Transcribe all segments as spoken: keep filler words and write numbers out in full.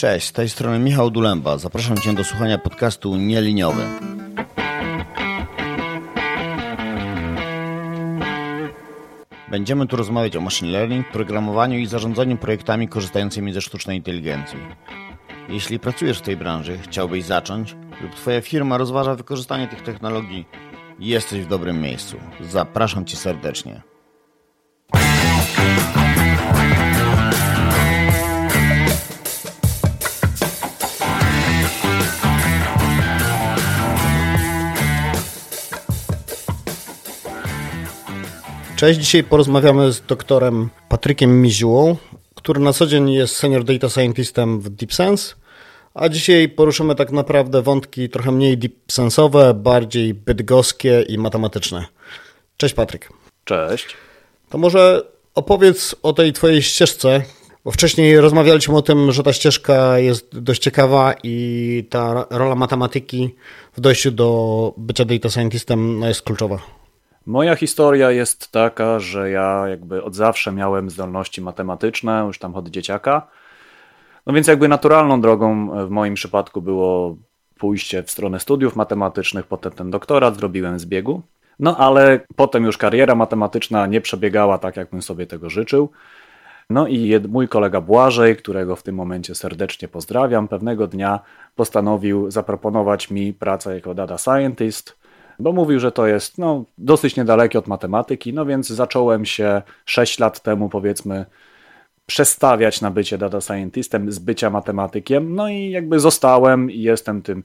Cześć, z tej strony Michał Dulemba. Zapraszam Cię do słuchania podcastu Nieliniowy. Będziemy tu rozmawiać o machine learning, programowaniu i zarządzaniu projektami korzystającymi ze sztucznej inteligencji. Jeśli pracujesz w tej branży, chciałbyś zacząć lub Twoja firma rozważa wykorzystanie tych technologii, jesteś w dobrym miejscu. Zapraszam Cię serdecznie. Cześć, dzisiaj porozmawiamy z doktorem Patrykiem Miziułą, który na co dzień jest senior data scientistem w DeepSense, a dzisiaj poruszymy tak naprawdę wątki trochę mniej deepsensowe, bardziej bydgoskie i matematyczne. Cześć Patryk. Cześć. To może opowiedz o tej twojej ścieżce, bo wcześniej rozmawialiśmy o tym, że ta ścieżka jest dość ciekawa i ta rola matematyki w dojściu do bycia data scientistem no, jest kluczowa. Moja historia jest taka, że ja jakby od zawsze miałem zdolności matematyczne, już tam od dzieciaka. No więc jakby naturalną drogą w moim przypadku było pójście w stronę studiów matematycznych, potem ten doktorat zrobiłem z biegu. No ale potem już kariera matematyczna nie przebiegała tak, jakbym sobie tego życzył. No i mój kolega Błażej, którego w tym momencie serdecznie pozdrawiam, pewnego dnia postanowił zaproponować mi pracę jako data scientist, bo mówił, że to jest no, dosyć niedalekie od matematyki, no więc zacząłem się sześć lat temu powiedzmy przestawiać na bycie data scientistem z bycia matematykiem, no i jakby zostałem i jestem tym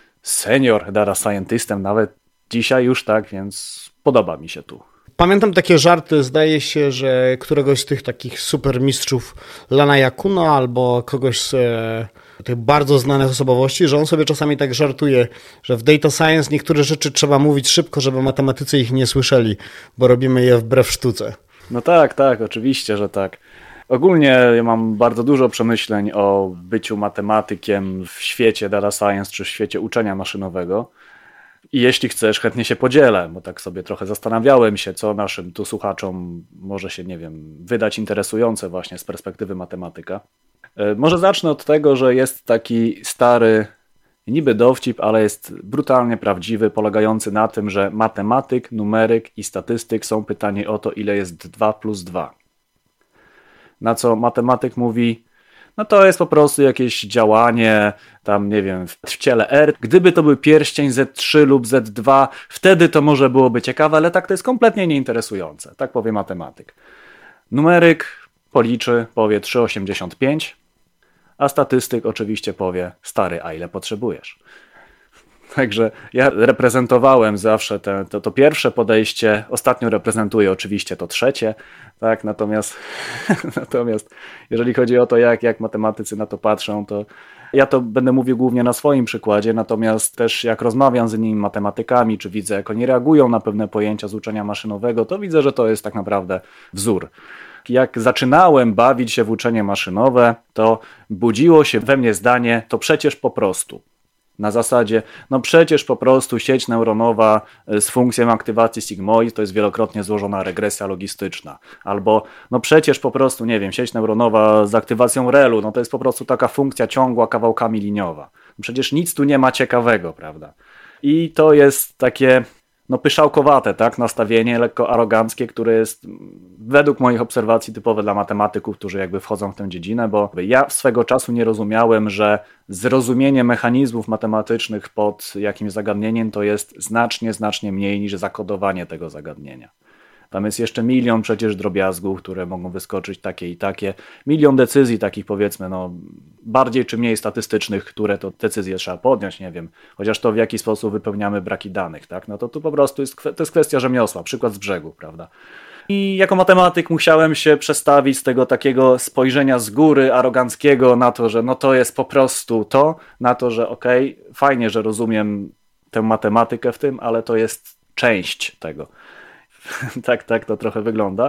senior data scientistem nawet dzisiaj już tak, więc podoba mi się tu. Pamiętam takie żarty, zdaje się, że któregoś z tych takich super mistrzów Lana Yakuna albo kogoś z e, tych bardzo znanych osobowości, że on sobie czasami tak żartuje, że w data science niektóre rzeczy trzeba mówić szybko, żeby matematycy ich nie słyszeli, bo robimy je wbrew sztuce. No tak, tak, oczywiście, że tak. Ogólnie ja mam bardzo dużo przemyśleń o byciu matematykiem w świecie data science czy w świecie uczenia maszynowego. I jeśli chcesz, chętnie się podzielę, bo tak sobie trochę zastanawiałem się, co naszym tu słuchaczom może się, nie wiem, wydać interesujące właśnie z perspektywy matematyka. Może zacznę od tego, że jest taki stary, niby dowcip, ale jest brutalnie prawdziwy, polegający na tym, że matematyk, numeryk i statystyk są pytanie o to, ile jest dwa plus dwa. Na co matematyk mówi, no to jest po prostu jakieś działanie, tam nie wiem, w ciele R. Gdyby to był pierścień zet trzy lub zet dwa, wtedy to może byłoby ciekawe, ale tak to jest kompletnie nieinteresujące. Tak powie matematyk. Numeryk policzy, powie trzy przecinek osiemdziesiąt pięć, a statystyk oczywiście powie, stary, a ile potrzebujesz? Także ja reprezentowałem zawsze te, to, to pierwsze podejście, ostatnio reprezentuję oczywiście to trzecie, tak, natomiast, natomiast jeżeli chodzi o to, jak, jak matematycy na to patrzą, to ja to będę mówił głównie na swoim przykładzie, natomiast też jak rozmawiam z innymi matematykami, czy widzę, jak oni reagują na pewne pojęcia z uczenia maszynowego, to widzę, że to jest tak naprawdę wzór. Jak zaczynałem bawić się w uczenie maszynowe, to budziło się we mnie zdanie, to przecież po prostu. Na zasadzie, no przecież po prostu sieć neuronowa z funkcją aktywacji sigmoid to jest wielokrotnie złożona regresja logistyczna. Albo, no przecież po prostu, nie wiem, sieć neuronowa z aktywacją relu, no to jest po prostu taka funkcja ciągła kawałkami liniowa. Przecież nic tu nie ma ciekawego, prawda? I to jest takie, no pyszałkowate, tak, nastawienie lekko aroganckie, które jest według moich obserwacji typowe dla matematyków, którzy jakby wchodzą w tę dziedzinę, bo ja swego czasu nie rozumiałem, że zrozumienie mechanizmów matematycznych pod jakimś zagadnieniem to jest znacznie, znacznie mniej niż zakodowanie tego zagadnienia. Tam jest jeszcze milion przecież drobiazgów, które mogą wyskoczyć takie i takie. Milion decyzji takich powiedzmy, no bardziej czy mniej statystycznych, które to decyzje trzeba podjąć, nie wiem. Chociaż to w jaki sposób wypełniamy braki danych, tak? No to tu po prostu jest, to jest kwestia rzemiosła, przykład z brzegu, prawda? I jako matematyk musiałem się przestawić z tego takiego spojrzenia z góry aroganckiego na to, że no to jest po prostu to, na to, że okej, okay, fajnie, że rozumiem tę matematykę w tym, ale to jest część tego. tak, tak to trochę wygląda.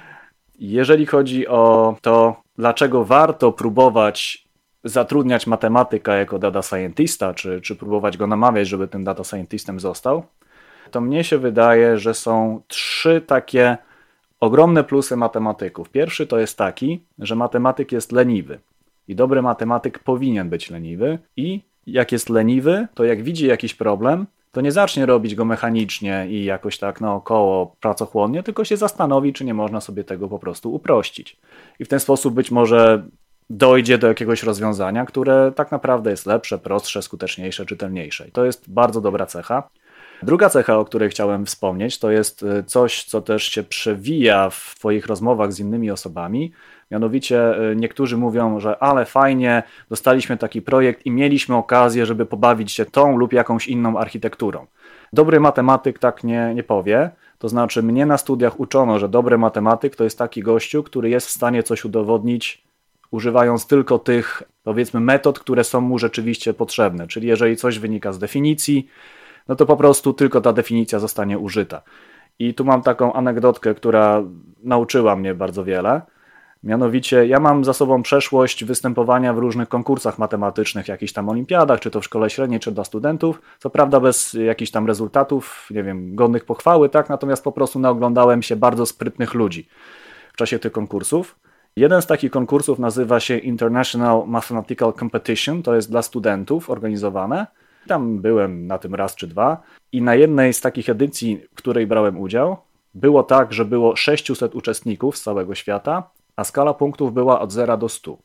Jeżeli chodzi o to, dlaczego warto próbować zatrudniać matematyka jako data scientista, czy, czy próbować go namawiać, żeby tym data scientistem został, to mnie się wydaje, że są trzy takie ogromne plusy matematyków. Pierwszy to jest taki, że matematyk jest leniwy. I dobry matematyk powinien być leniwy i jak jest leniwy, to jak widzi jakiś problem, to nie zacznie robić go mechanicznie i jakoś tak naokoło pracochłonnie, tylko się zastanowi, czy nie można sobie tego po prostu uprościć. I w ten sposób być może dojdzie do jakiegoś rozwiązania, które tak naprawdę jest lepsze, prostsze, skuteczniejsze, czytelniejsze. I to jest bardzo dobra cecha. Druga cecha, o której chciałem wspomnieć, to jest coś, co też się przewija w Twoich rozmowach z innymi osobami. Mianowicie niektórzy mówią, że ale fajnie, dostaliśmy taki projekt i mieliśmy okazję, żeby pobawić się tą lub jakąś inną architekturą. Dobry matematyk tak nie, nie powie. To znaczy mnie na studiach uczono, że dobry matematyk to jest taki gościu, który jest w stanie coś udowodnić, używając tylko tych, powiedzmy, metod, które są mu rzeczywiście potrzebne. Czyli jeżeli coś wynika z definicji, no to po prostu tylko ta definicja zostanie użyta. I tu mam taką anegdotkę, która nauczyła mnie bardzo wiele. Mianowicie ja mam za sobą przeszłość występowania w różnych konkursach matematycznych, jakichś tam olimpiadach, czy to w szkole średniej, czy dla studentów. Co prawda bez jakichś tam rezultatów, nie wiem, godnych pochwały, tak? Natomiast po prostu naoglądałem się bardzo sprytnych ludzi w czasie tych konkursów. Jeden z takich konkursów nazywa się International Mathematical Competition, to jest dla studentów organizowane. Tam byłem na tym raz czy dwa i na jednej z takich edycji, w której brałem udział, było tak, że było sześciuset uczestników z całego świata, a skala punktów była od zera do stu.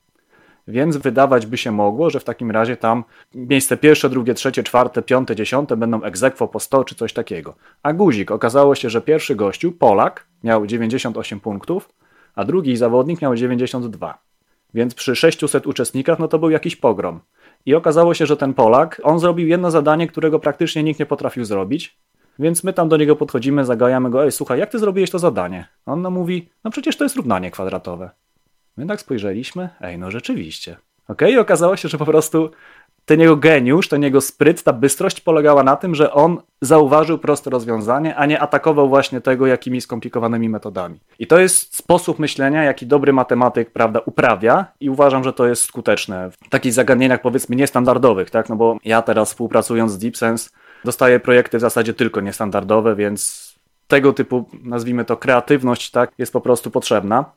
Więc wydawać by się mogło, że w takim razie tam miejsce pierwsze, drugie, trzecie, czwarte, piąte, dziesiąte będą ex aequo po sto czy coś takiego. A guzik, okazało się, że pierwszy gościu, Polak, miał dziewięćdziesiąt osiem punktów, a drugi zawodnik miał dziewięćdziesiąt dwa. Więc przy sześciuset uczestnikach no to był jakiś pogrom. I okazało się, że ten Polak, on zrobił jedno zadanie, którego praktycznie nikt nie potrafił zrobić, więc my tam do niego podchodzimy, zagajamy go, ej słuchaj, jak ty zrobiłeś to zadanie? A on nam mówi, no przecież to jest równanie kwadratowe. My tak spojrzeliśmy, ej no rzeczywiście. Okej, i okazało się, że po prostu ten jego geniusz, ten jego spryt, ta bystrość polegała na tym, że on zauważył proste rozwiązanie, a nie atakował właśnie tego jakimiś skomplikowanymi metodami. I to jest sposób myślenia, jaki dobry matematyk, prawda, uprawia i uważam, że to jest skuteczne w takich zagadnieniach, powiedzmy, niestandardowych, tak? No bo ja teraz współpracując z DeepSense dostaję projekty w zasadzie tylko niestandardowe, więc tego typu, nazwijmy to, kreatywność, tak, jest po prostu potrzebna.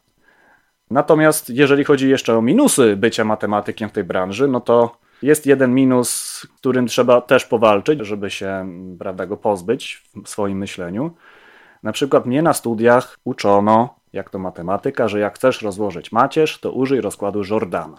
Natomiast jeżeli chodzi jeszcze o minusy bycia matematykiem w tej branży, no to jest jeden minus, z którym trzeba też powalczyć, żeby się, prawda, go pozbyć w swoim myśleniu. Na przykład mnie na studiach uczono, jak to matematyka, że jak chcesz rozłożyć macierz, to użyj rozkładu Jordana.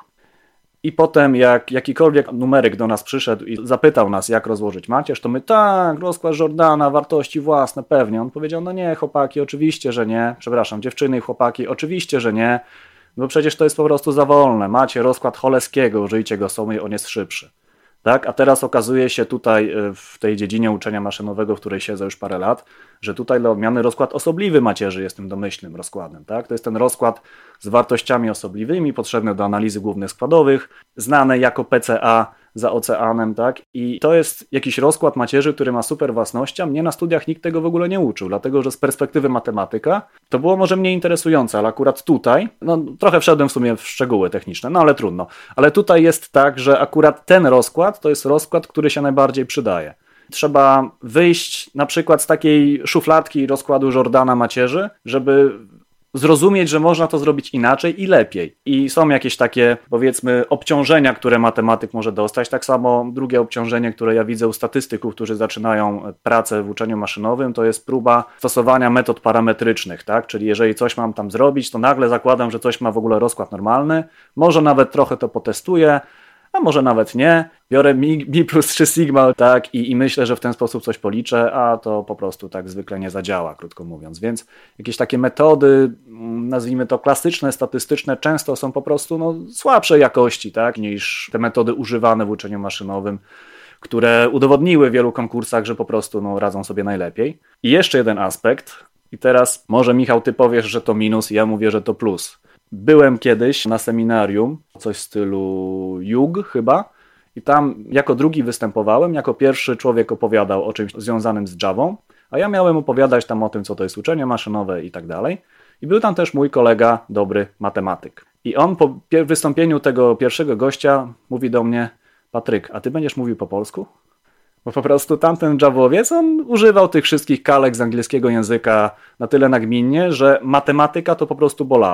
I potem jak jakikolwiek numeryk do nas przyszedł i zapytał nas, jak rozłożyć macierz, to my tak, rozkład Jordana, wartości własne, pewnie. On powiedział, no nie, chłopaki, oczywiście, że nie. Przepraszam, dziewczyny i chłopaki, oczywiście, że nie. Bo przecież to jest po prostu za wolne. Macie rozkład Cholewskiego, użyjcie go sobie, on jest szybszy. Tak? A teraz okazuje się tutaj w tej dziedzinie uczenia maszynowego, w której siedzę już parę lat, że tutaj dla odmiany rozkład osobliwy macierzy jest tym domyślnym rozkładem. Tak? To jest ten rozkład z wartościami osobliwymi, potrzebny do analizy głównych składowych, znany jako P C A za oceanem. Tak? I to jest jakiś rozkład macierzy, który ma super własności, a mnie na studiach nikt tego w ogóle nie uczył, dlatego że z perspektywy matematyka to było może mniej interesujące, ale akurat tutaj, no trochę wszedłem w sumie w szczegóły techniczne, no ale trudno. Ale tutaj jest tak, że akurat ten rozkład to jest rozkład, który się najbardziej przydaje. Trzeba wyjść na przykład z takiej szufladki rozkładu Jordana macierzy, żeby zrozumieć, że można to zrobić inaczej i lepiej. I są jakieś takie, powiedzmy, obciążenia, które matematyk może dostać. Tak samo drugie obciążenie, które ja widzę u statystyków, którzy zaczynają pracę w uczeniu maszynowym, to jest próba stosowania metod parametrycznych, tak? Czyli jeżeli coś mam tam zrobić, to nagle zakładam, że coś ma w ogóle rozkład normalny, może nawet trochę to potestuję, a może nawet nie. Biorę mi, mi plus trzy sigma, tak, i, i myślę, że w ten sposób coś policzę, a to po prostu tak zwykle nie zadziała, krótko mówiąc. Więc jakieś takie metody, nazwijmy to klasyczne, statystyczne, często są po prostu no, słabszej jakości, tak, niż te metody używane w uczeniu maszynowym, które udowodniły w wielu konkursach, że po prostu no, radzą sobie najlepiej. I jeszcze jeden aspekt, i teraz może Michał, ty powiesz, że to minus, ja mówię, że to plus. Byłem kiedyś na seminarium, coś w stylu Jug chyba, i tam jako drugi występowałem, jako pierwszy człowiek opowiadał o czymś związanym z Javą, a ja miałem opowiadać tam o tym, co to jest uczenie maszynowe i tak dalej. I był tam też mój kolega, dobry matematyk. I on po wystąpieniu tego pierwszego gościa mówi do mnie, Patryk, a ty będziesz mówił po polsku? Bo po prostu tamten Javowiec, on używał tych wszystkich kalek z angielskiego języka na tyle nagminnie, że matematyka to po prostu bolało.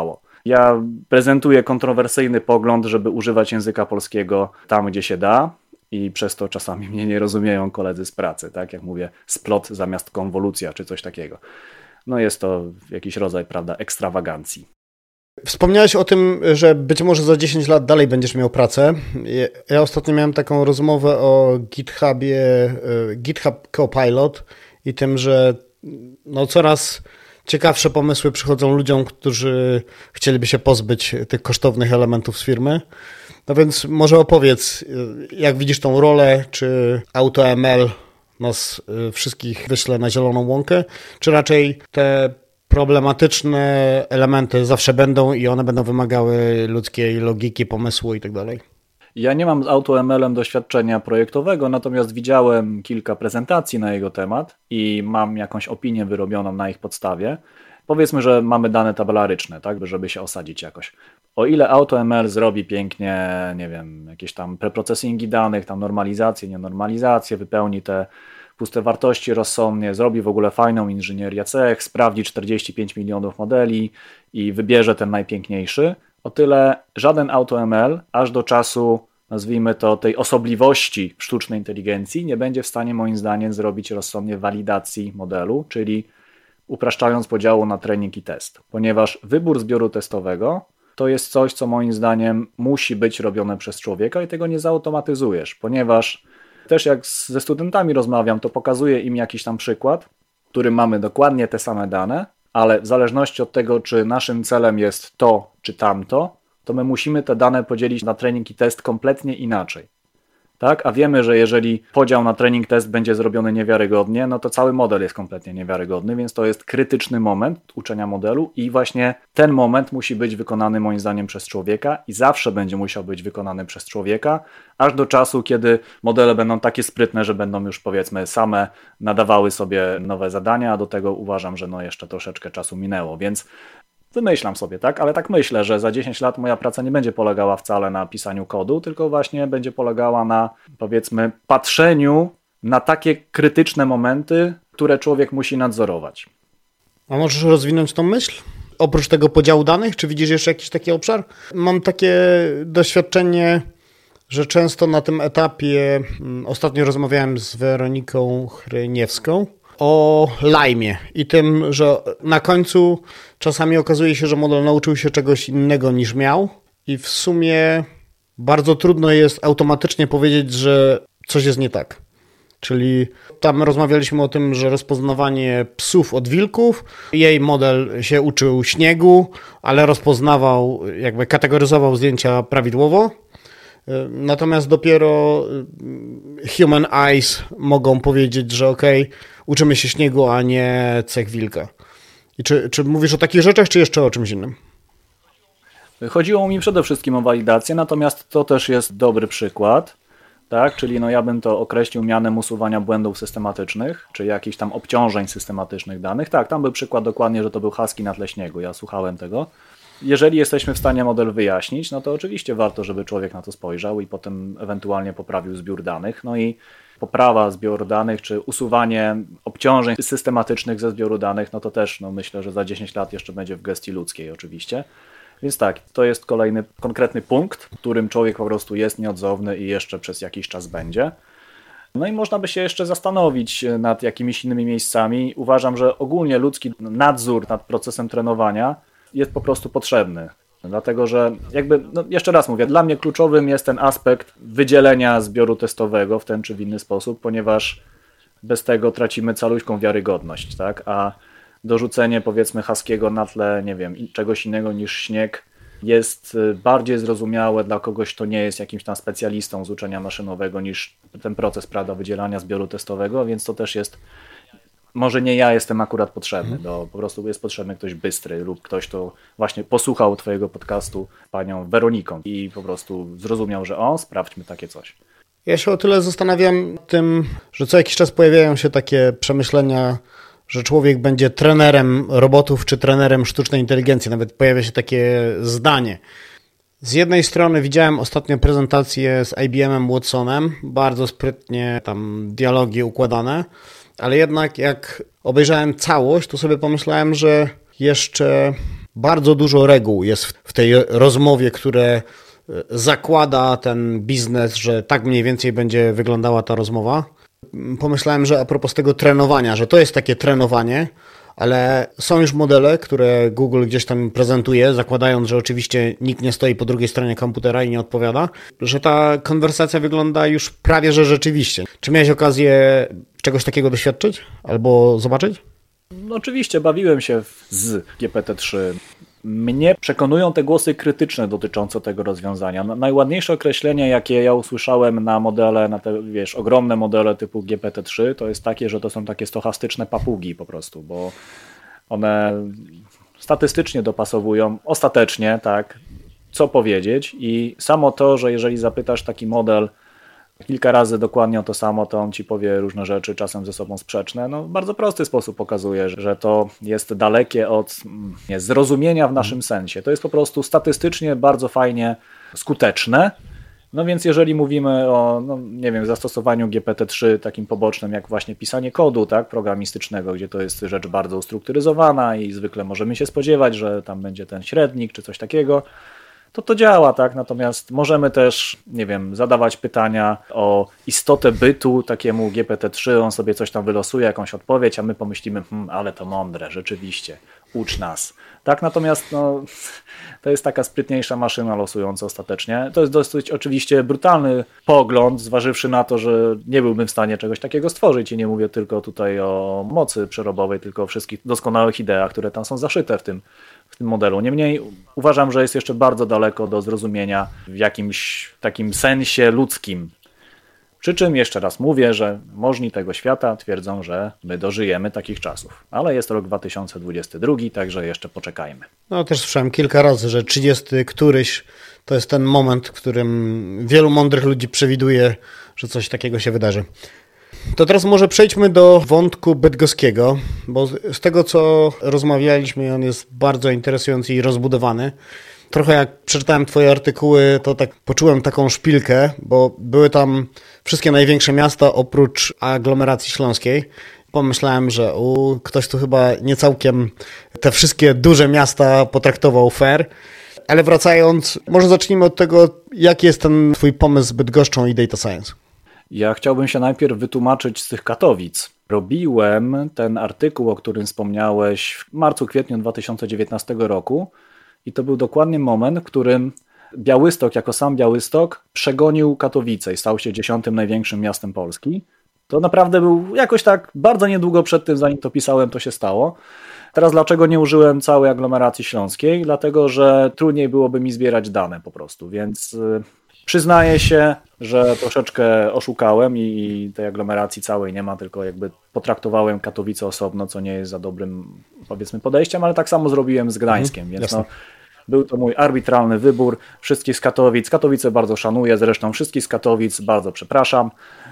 Ja prezentuję kontrowersyjny pogląd, żeby używać języka polskiego tam, gdzie się da i przez to czasami mnie nie rozumieją koledzy z pracy, tak? Jak mówię, splot zamiast konwolucja czy coś takiego. No jest to jakiś rodzaj, prawda, ekstrawagancji. Wspomniałeś o tym, że być może za dziesięć lat dalej będziesz miał pracę. Ja ostatnio miałem taką rozmowę o GitHubie, GitHub Copilot i tym, że no coraz ciekawsze pomysły przychodzą ludziom, którzy chcieliby się pozbyć tych kosztownych elementów z firmy. No więc może opowiedz, jak widzisz tą rolę, czy AutoML nas wszystkich wyśle na zieloną łąkę, czy raczej te problematyczne elementy zawsze będą i one będą wymagały ludzkiej logiki, pomysłu i tak dalej. Ja nie mam z AutoML-em doświadczenia projektowego, natomiast widziałem kilka prezentacji na jego temat i mam jakąś opinię wyrobioną na ich podstawie. Powiedzmy, że mamy dane tabelaryczne, tak, żeby się osadzić jakoś. O ile AutoML zrobi pięknie, nie wiem, jakieś tam preprocesingi danych, tam normalizację, nienormalizację, wypełni te puste wartości rozsądnie, zrobi w ogóle fajną inżynierię cech, sprawdzi czterdzieści pięć milionów modeli i wybierze ten najpiękniejszy, o tyle żaden AutoML aż do czasu, nazwijmy to, tej osobliwości sztucznej inteligencji nie będzie w stanie moim zdaniem zrobić rozsądnie walidacji modelu, czyli upraszczając podziału na trening i test, ponieważ wybór zbioru testowego to jest coś, co moim zdaniem musi być robione przez człowieka i tego nie zautomatyzujesz, ponieważ też jak ze studentami rozmawiam, to pokazuję im jakiś tam przykład, w którym mamy dokładnie te same dane, ale w zależności od tego, czy naszym celem jest to, czy tamto, to my musimy te dane podzielić na trening i test kompletnie inaczej. Tak? A wiemy, że jeżeli podział na trening test będzie zrobiony niewiarygodnie, no to cały model jest kompletnie niewiarygodny, więc to jest krytyczny moment uczenia modelu i właśnie ten moment musi być wykonany moim zdaniem przez człowieka i zawsze będzie musiał być wykonany przez człowieka, aż do czasu, kiedy modele będą takie sprytne, że będą już powiedzmy same nadawały sobie nowe zadania, a do tego uważam, że no jeszcze troszeczkę czasu minęło, więc wymyślam sobie, tak? Ale tak myślę, że za dziesięć lat moja praca nie będzie polegała wcale na pisaniu kodu, tylko właśnie będzie polegała na, powiedzmy, patrzeniu na takie krytyczne momenty, które człowiek musi nadzorować. A możesz rozwinąć tą myśl? Oprócz tego podziału danych, czy widzisz jeszcze jakiś taki obszar? Mam takie doświadczenie, że często na tym etapie, ostatnio rozmawiałem z Weroniką Chryniewską, o Lime i tym, że na końcu czasami okazuje się, że model nauczył się czegoś innego niż miał i w sumie bardzo trudno jest automatycznie powiedzieć, że coś jest nie tak. Czyli tam rozmawialiśmy o tym, że rozpoznawanie psów od wilków, jej model się uczył śniegu, ale rozpoznawał, jakby kategoryzował zdjęcia prawidłowo. Natomiast dopiero human eyes mogą powiedzieć, że okej, okay, uczymy się śniegu, a nie cech wilka. I czy, czy mówisz o takich rzeczach, czy jeszcze o czymś innym? Chodziło mi przede wszystkim o walidację, natomiast to też jest dobry przykład, tak? Czyli no ja bym to określił mianem usuwania błędów systematycznych, czy jakichś tam obciążeń systematycznych danych. Tak, tam był przykład dokładnie, że to był husky na tle śniegu, ja słuchałem tego. Jeżeli jesteśmy w stanie model wyjaśnić, no to oczywiście warto, żeby człowiek na to spojrzał i potem ewentualnie poprawił zbiór danych. No i poprawa zbioru danych, czy usuwanie obciążeń systematycznych ze zbioru danych, no to też no myślę, że za dziesięć lat jeszcze będzie w gestii ludzkiej oczywiście. Więc tak, to jest kolejny konkretny punkt, w którym człowiek po prostu jest nieodzowny i jeszcze przez jakiś czas będzie. No i można by się jeszcze zastanowić nad jakimiś innymi miejscami. Uważam, że ogólnie ludzki nadzór nad procesem trenowania jest po prostu potrzebny. Dlatego, że jakby, no jeszcze raz mówię, dla mnie kluczowym jest ten aspekt wydzielenia zbioru testowego w ten czy w inny sposób, ponieważ bez tego tracimy caluśką wiarygodność, tak? A dorzucenie powiedzmy husky'ego na tle, nie wiem, czegoś innego niż śnieg jest bardziej zrozumiałe dla kogoś, kto nie jest jakimś tam specjalistą z uczenia maszynowego niż ten proces, prawda, wydzielania zbioru testowego, więc to też jest, może nie ja jestem akurat potrzebny, do, po prostu jest potrzebny ktoś bystry lub ktoś, kto właśnie posłuchał twojego podcastu panią Weroniką i po prostu zrozumiał, że o, sprawdźmy takie coś. Ja się o tyle zastanawiam tym, że co jakiś czas pojawiają się takie przemyślenia, że człowiek będzie trenerem robotów czy trenerem sztucznej inteligencji. Nawet pojawia się takie zdanie. Z jednej strony widziałem ostatnio prezentację z I B M-em Watsonem, bardzo sprytnie tam dialogi układane, ale jednak jak obejrzałem całość, to sobie pomyślałem, że jeszcze bardzo dużo reguł jest w tej rozmowie, które zakłada ten biznes, że tak mniej więcej będzie wyglądała ta rozmowa. Pomyślałem, że a propos tego trenowania, że to jest takie trenowanie, ale są już modele, które Google gdzieś tam prezentuje, zakładając, że oczywiście nikt nie stoi po drugiej stronie komputera i nie odpowiada, że ta konwersacja wygląda już prawie że rzeczywiście. Czy miałeś okazję czegoś takiego doświadczyć albo zobaczyć? No oczywiście, bawiłem się z G P T trzy. Mnie przekonują te głosy krytyczne dotyczące tego rozwiązania. Najładniejsze określenie, jakie ja usłyszałem na modele, na te, wiesz, ogromne modele typu G P T trzy, to jest takie, że to są takie stochastyczne papugi po prostu, bo one statystycznie dopasowują ostatecznie, tak, co powiedzieć i samo to, że jeżeli zapytasz taki model kilka razy dokładnie o to samo, to on ci powie różne rzeczy, czasem ze sobą sprzeczne. No, w bardzo prosty sposób pokazuje, że to jest dalekie od nie, zrozumienia w naszym sensie. To jest po prostu statystycznie bardzo fajnie skuteczne. No więc jeżeli mówimy o, no, nie wiem, zastosowaniu G P T trzy takim pobocznym, jak właśnie pisanie kodu, tak, programistycznego, gdzie to jest rzecz bardzo ustrukturyzowana i zwykle możemy się spodziewać, że tam będzie ten średnik czy coś takiego, to to działa, tak? Natomiast możemy też, nie wiem, zadawać pytania o istotę bytu takiemu G P T trzy, on sobie coś tam wylosuje, jakąś odpowiedź, a my pomyślimy, hm, ale to mądre, rzeczywiście, ucz nas. Tak, natomiast no, to jest taka sprytniejsza maszyna losująca ostatecznie. To jest dosyć oczywiście brutalny pogląd, zważywszy na to, że nie byłbym w stanie czegoś takiego stworzyć i nie mówię tylko tutaj o mocy przerobowej, tylko o wszystkich doskonałych ideach, które tam są zaszyte w tym w tym modelu. Niemniej uważam, że jest jeszcze bardzo daleko do zrozumienia w jakimś takim sensie ludzkim. Przy czym jeszcze raz mówię, że możni tego świata twierdzą, że my dożyjemy takich czasów. Ale jest rok dwa tysiące dwudziesty drugi, także jeszcze poczekajmy. No też słyszałem kilka razy, że trzydziesty któryś to jest ten moment, w którym wielu mądrych ludzi przewiduje, że coś takiego się wydarzy. To teraz może przejdźmy do wątku bydgoskiego, bo z tego, co rozmawialiśmy, on jest bardzo interesujący i rozbudowany. Trochę jak przeczytałem twoje artykuły, to tak poczułem taką szpilkę, bo były tam wszystkie największe miasta oprócz aglomeracji śląskiej. Pomyślałem, że u, ktoś tu chyba nie całkiem te wszystkie duże miasta potraktował fair. Ale wracając, może zacznijmy od tego, jaki jest ten twój pomysł z Bydgoszczą i Data Science. Ja chciałbym się najpierw wytłumaczyć z tych Katowic. Robiłem ten artykuł, o którym wspomniałeś, w marcu, kwietniu dwa tysiące dziewiętnastego roku i to był dokładnie moment, w którym Białystok jako sam Białystok przegonił Katowice i stał się dziesiątym największym miastem Polski. To naprawdę był jakoś tak bardzo niedługo przed tym, zanim to pisałem, to się stało. Teraz dlaczego nie użyłem całej aglomeracji śląskiej? Dlatego, że trudniej byłoby mi zbierać dane po prostu, więc przyznaję się, że troszeczkę oszukałem i tej aglomeracji całej nie ma, tylko jakby potraktowałem Katowice osobno, co nie jest za dobrym, powiedzmy, podejściem, ale tak samo zrobiłem z Gdańskiem, mhm, więc no, był to mój arbitralny wybór. Wszystkich z Katowic, Katowice bardzo szanuję, zresztą wszystkich z Katowic bardzo przepraszam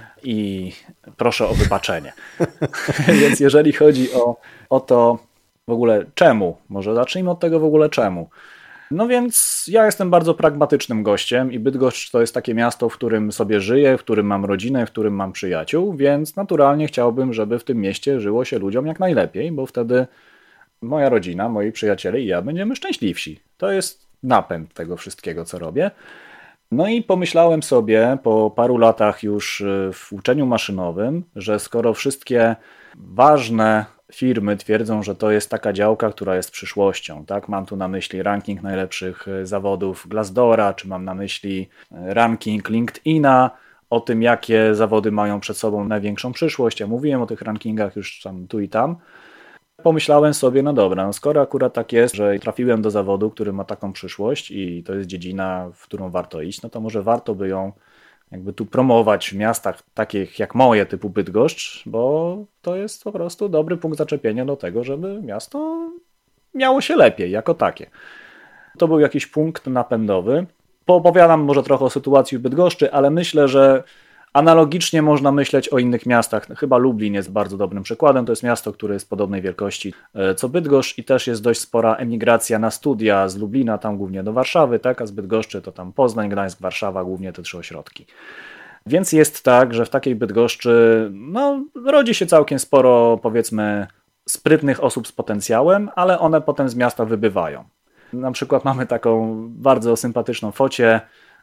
i proszę o wybaczenie. Więc jeżeli chodzi o, o to w ogóle czemu, może zacznijmy od tego w ogóle czemu. No więc ja jestem bardzo pragmatycznym gościem i Bydgoszcz to jest takie miasto, w którym sobie żyję, w którym mam rodzinę, w którym mam przyjaciół, więc naturalnie chciałbym, żeby w tym mieście żyło się ludziom jak najlepiej, bo wtedy moja rodzina, moi przyjaciele i ja będziemy szczęśliwsi. To jest napęd tego wszystkiego, co robię. No i pomyślałem sobie po paru latach już w uczeniu maszynowym, że skoro wszystkie ważne firmy twierdzą, że to jest taka działka, która jest przyszłością, tak? Mam tu na myśli ranking najlepszych zawodów Glassdoora, czy mam na myśli ranking LinkedIna, o tym, jakie zawody mają przed sobą największą przyszłość. Ja mówiłem o tych rankingach już tam tu i tam. Pomyślałem sobie, no dobra, no skoro akurat tak jest, że trafiłem do zawodu, który ma taką przyszłość i to jest dziedzina, w którą warto iść, no to może warto by ją jakby tu promować w miastach takich jak moje, typu Bydgoszcz, bo to jest po prostu dobry punkt zaczepienia do tego, żeby miasto miało się lepiej jako takie. To był jakiś punkt napędowy. Poopowiadam może trochę o sytuacji w Bydgoszczy, ale myślę, że analogicznie można myśleć o innych miastach. Chyba Lublin jest bardzo dobrym przykładem. To jest miasto, które jest podobnej wielkości co Bydgoszcz i też jest dość spora emigracja na studia z Lublina, tam głównie do Warszawy, tak? A z Bydgoszczy to tam Poznań, Gdańsk, Warszawa, głównie te trzy ośrodki. Więc jest tak, że w takiej Bydgoszczy no, rodzi się całkiem sporo, powiedzmy, sprytnych osób z potencjałem, ale one potem z miasta wybywają. Na przykład mamy taką bardzo sympatyczną fotę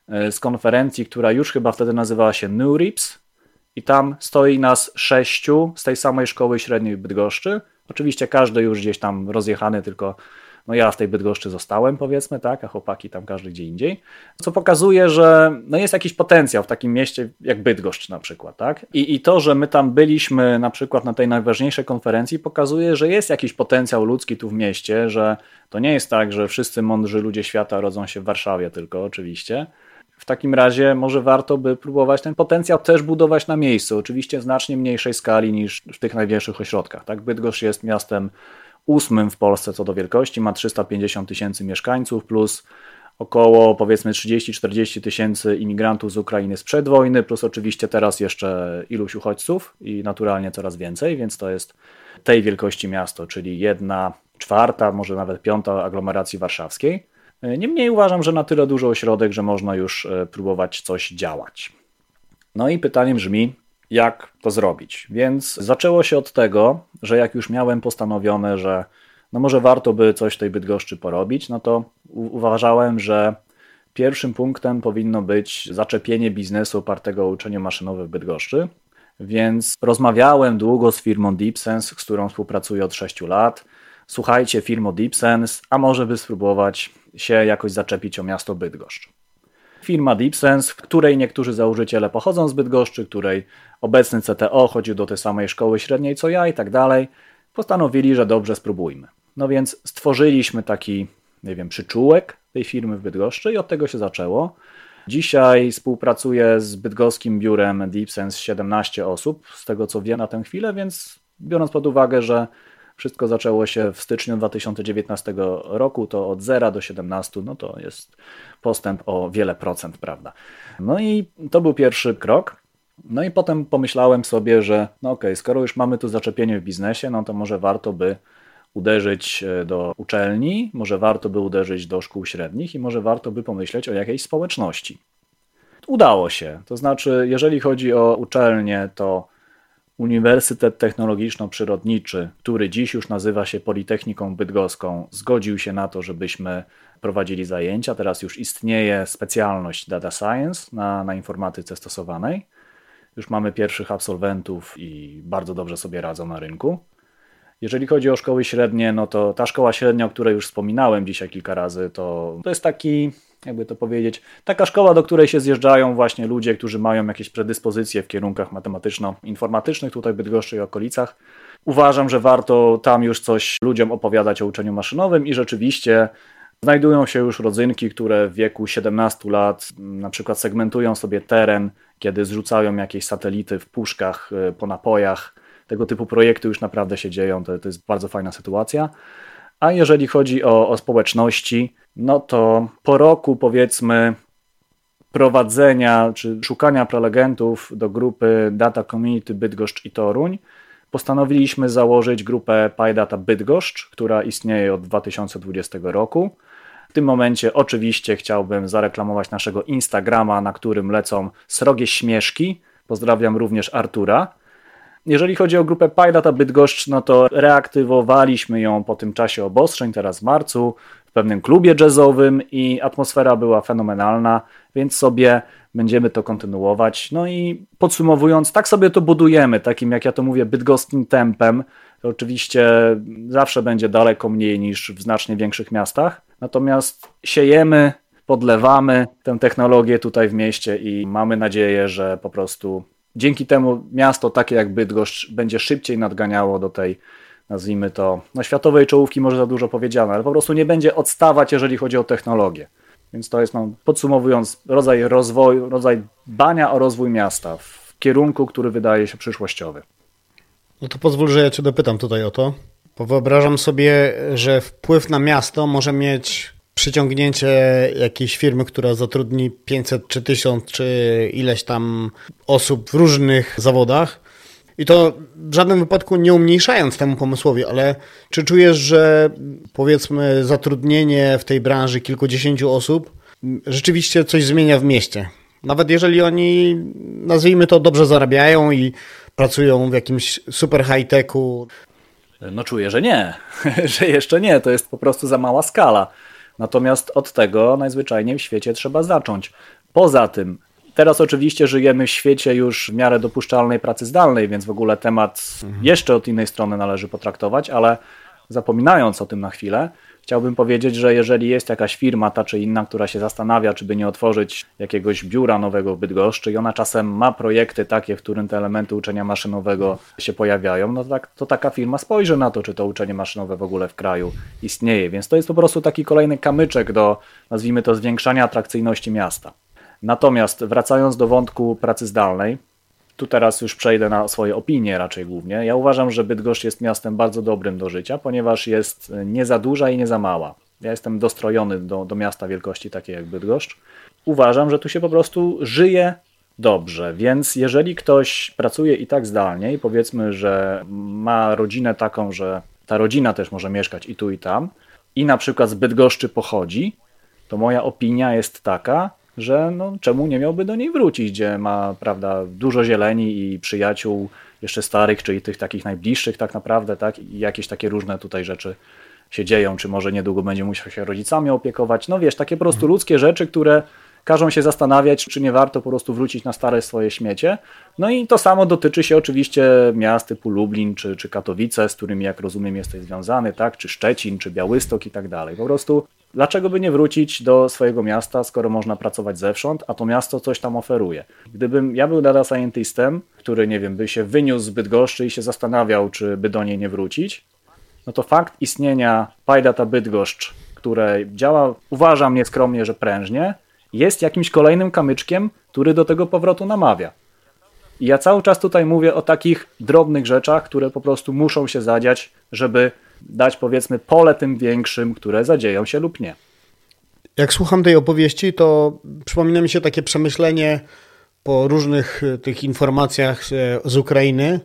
z konferencji, która już chyba wtedy nazywała się New Rips i tam stoi nas sześciu z tej samej szkoły średniej w Bydgoszczy. Oczywiście każdy już gdzieś tam rozjechany, tylko no ja w tej Bydgoszczy zostałem, powiedzmy, tak, a chłopaki tam każdy gdzie indziej. Co pokazuje, że no jest jakiś potencjał w takim mieście jak Bydgoszcz na przykład, tak? I, I to, że my tam byliśmy na przykład na tej najważniejszej konferencji, pokazuje, że jest jakiś potencjał ludzki tu w mieście, że to nie jest tak, że wszyscy mądrzy ludzie świata rodzą się w Warszawie tylko, oczywiście. W takim razie może warto by próbować ten potencjał też budować na miejscu, oczywiście w znacznie mniejszej skali niż w tych największych ośrodkach, tak? Bydgoszcz jest miastem ósmym w Polsce co do wielkości, ma trzysta pięćdziesiąt tysięcy mieszkańców plus około powiedzmy trzydzieści czterdzieści tysięcy imigrantów z Ukrainy sprzed wojny, plus oczywiście teraz jeszcze iluś uchodźców i naturalnie coraz więcej, więc to jest tej wielkości miasto, czyli jedna czwarta, może nawet piąta aglomeracji warszawskiej. Niemniej uważam, że na tyle duży ośrodek, że można już próbować coś działać. No i pytanie brzmi, jak to zrobić? Więc zaczęło się od tego, że jak już miałem postanowione, że no może warto by coś w tej Bydgoszczy porobić, no to u- uważałem, że pierwszym punktem powinno być zaczepienie biznesu opartego o uczenie maszynowe w Bydgoszczy. Więc rozmawiałem długo z firmą DeepSense, z którą współpracuję od sześciu lat. Słuchajcie, firmo DeepSense, a może by spróbować się jakoś zaczepić o miasto Bydgoszcz. Firma DeepSense, w której niektórzy założyciele pochodzą z Bydgoszczy, której obecny C T O chodził do tej samej szkoły średniej co ja i tak dalej, postanowili, że dobrze, spróbujmy. No więc stworzyliśmy taki, nie wiem, przyczółek tej firmy w Bydgoszczy i od tego się zaczęło. Dzisiaj współpracuję z bydgoskim biurem DeepSense siedemnaście osób, z tego co wiem na tę chwilę, więc biorąc pod uwagę, że wszystko zaczęło się w styczniu dwa tysiące dziewiętnastego roku, to od zera do siedemnastu, no to jest postęp o wiele procent, prawda? No i to był pierwszy krok. No i potem pomyślałem sobie, że no okej, skoro już mamy tu zaczepienie w biznesie, no to może warto by uderzyć do uczelni, może warto by uderzyć do szkół średnich i może warto by pomyśleć o jakiejś społeczności. Udało się, to znaczy jeżeli chodzi o uczelnię, to Uniwersytet Technologiczno-Przyrodniczy, który dziś już nazywa się Politechniką Bydgoską, zgodził się na to, żebyśmy prowadzili zajęcia. Teraz już istnieje specjalność Data Science na, na informatyce stosowanej. Już mamy pierwszych absolwentów i bardzo dobrze sobie radzą na rynku. Jeżeli chodzi o szkoły średnie, no to ta szkoła średnia, o której już wspominałem dzisiaj kilka razy, to, to jest taki, jakby to powiedzieć, taka szkoła, do której się zjeżdżają właśnie ludzie, którzy mają jakieś predyspozycje w kierunkach matematyczno-informatycznych tutaj w Bydgoszczy i okolicach. Uważam, że warto tam już coś ludziom opowiadać o uczeniu maszynowym i rzeczywiście znajdują się już rodzynki, które w wieku siedemnastu lat na przykład segmentują sobie teren, kiedy zrzucają jakieś satelity w puszkach po napojach. Tego typu projekty już naprawdę się dzieją, to, to jest bardzo fajna sytuacja. A jeżeli chodzi o, o społeczności, no to po roku powiedzmy prowadzenia czy szukania prelegentów do grupy Data Community Bydgoszcz i Toruń, postanowiliśmy założyć grupę PyData Bydgoszcz, która istnieje od dwa tysiące dwudziestego roku. W tym momencie oczywiście chciałbym zareklamować naszego Instagrama, na którym lecą srogie śmieszki. Pozdrawiam również Artura. Jeżeli chodzi o grupę PyData Bydgoszcz, no to reaktywowaliśmy ją po tym czasie obostrzeń, teraz w marcu, w pewnym klubie jazzowym i atmosfera była fenomenalna, więc sobie będziemy to kontynuować. No i podsumowując, tak sobie to budujemy, takim jak ja to mówię, bydgoskim tempem. To oczywiście zawsze będzie daleko mniej niż w znacznie większych miastach, natomiast siejemy, podlewamy tę technologię tutaj w mieście i mamy nadzieję, że po prostu dzięki temu miasto takie jak Bydgoszcz będzie szybciej nadganiało do tej, nazwijmy to, no światowej czołówki, może za dużo powiedziane, ale po prostu nie będzie odstawać, jeżeli chodzi o technologię. Więc to jest, no, podsumowując, rodzaj rozwoju, rodzaj dbania o rozwój miasta w kierunku, który wydaje się przyszłościowy. No to pozwól, że ja cię dopytam tutaj o to, bo wyobrażam sobie, że wpływ na miasto może mieć przyciągnięcie jakiejś firmy, która zatrudni pięćset czy tysiąc czy ileś tam osób w różnych zawodach i to w żadnym wypadku nie umniejszając temu pomysłowi, ale czy czujesz, że powiedzmy zatrudnienie w tej branży kilkudziesięciu osób rzeczywiście coś zmienia w mieście? Nawet jeżeli oni, nazwijmy to, dobrze zarabiają i pracują w jakimś super high-techu. No czuję, że nie, że jeszcze nie, to jest po prostu za mała skala. Natomiast od tego najzwyczajniej w świecie trzeba zacząć. Poza tym, teraz oczywiście żyjemy w świecie już w miarę dopuszczalnej pracy zdalnej, więc w ogóle temat mhm. jeszcze od innej strony należy potraktować, ale zapominając o tym na chwilę, chciałbym powiedzieć, że jeżeli jest jakaś firma, ta czy inna, która się zastanawia, czy by nie otworzyć jakiegoś biura nowego w Bydgoszczy i ona czasem ma projekty takie, w którym te elementy uczenia maszynowego się pojawiają, no tak, to taka firma spojrzy na to, czy to uczenie maszynowe w ogóle w kraju istnieje. Więc to jest po prostu taki kolejny kamyczek do, nazwijmy to, zwiększania atrakcyjności miasta. Natomiast wracając do wątku pracy zdalnej, tu teraz już przejdę na swoje opinie raczej głównie. Ja uważam, że Bydgoszcz jest miastem bardzo dobrym do życia, ponieważ jest nie za duża i nie za mała. Ja jestem dostrojony do, do miasta wielkości takiej jak Bydgoszcz. Uważam, że tu się po prostu żyje dobrze, więc jeżeli ktoś pracuje i tak zdalnie i powiedzmy, że ma rodzinę taką, że ta rodzina też może mieszkać i tu i tam i na przykład z Bydgoszczy pochodzi, to moja opinia jest taka, że no, czemu nie miałby do niej wrócić, gdzie ma, prawda, dużo zieleni i przyjaciół jeszcze starych, czyli tych takich najbliższych tak naprawdę, tak, i jakieś takie różne tutaj rzeczy się dzieją, czy może niedługo będzie musiał się rodzicami opiekować, no wiesz, takie po prostu ludzkie rzeczy, które każą się zastanawiać, czy nie warto po prostu wrócić na stare swoje śmiecie. No i to samo dotyczy się oczywiście miast typu Lublin, czy, czy Katowice, z którymi, jak rozumiem, jesteś związany, tak, czy Szczecin, czy Białystok i tak dalej. Po prostu dlaczego by nie wrócić do swojego miasta, skoro można pracować zewsząd, a to miasto coś tam oferuje. Gdybym ja był data scientistem, który, nie wiem, by się wyniósł z Bydgoszczy i się zastanawiał, czy by do niej nie wrócić, no to fakt istnienia PyData Bydgoszcz, które działa, uważam nieskromnie, że prężnie, jest jakimś kolejnym kamyczkiem, który do tego powrotu namawia. I ja cały czas tutaj mówię o takich drobnych rzeczach, które po prostu muszą się zadziać, żeby dać, powiedzmy, pole tym większym, które zadzieją się lub nie. Jak słucham tej opowieści, to przypomina mi się takie przemyślenie po różnych tych informacjach z Ukrainy,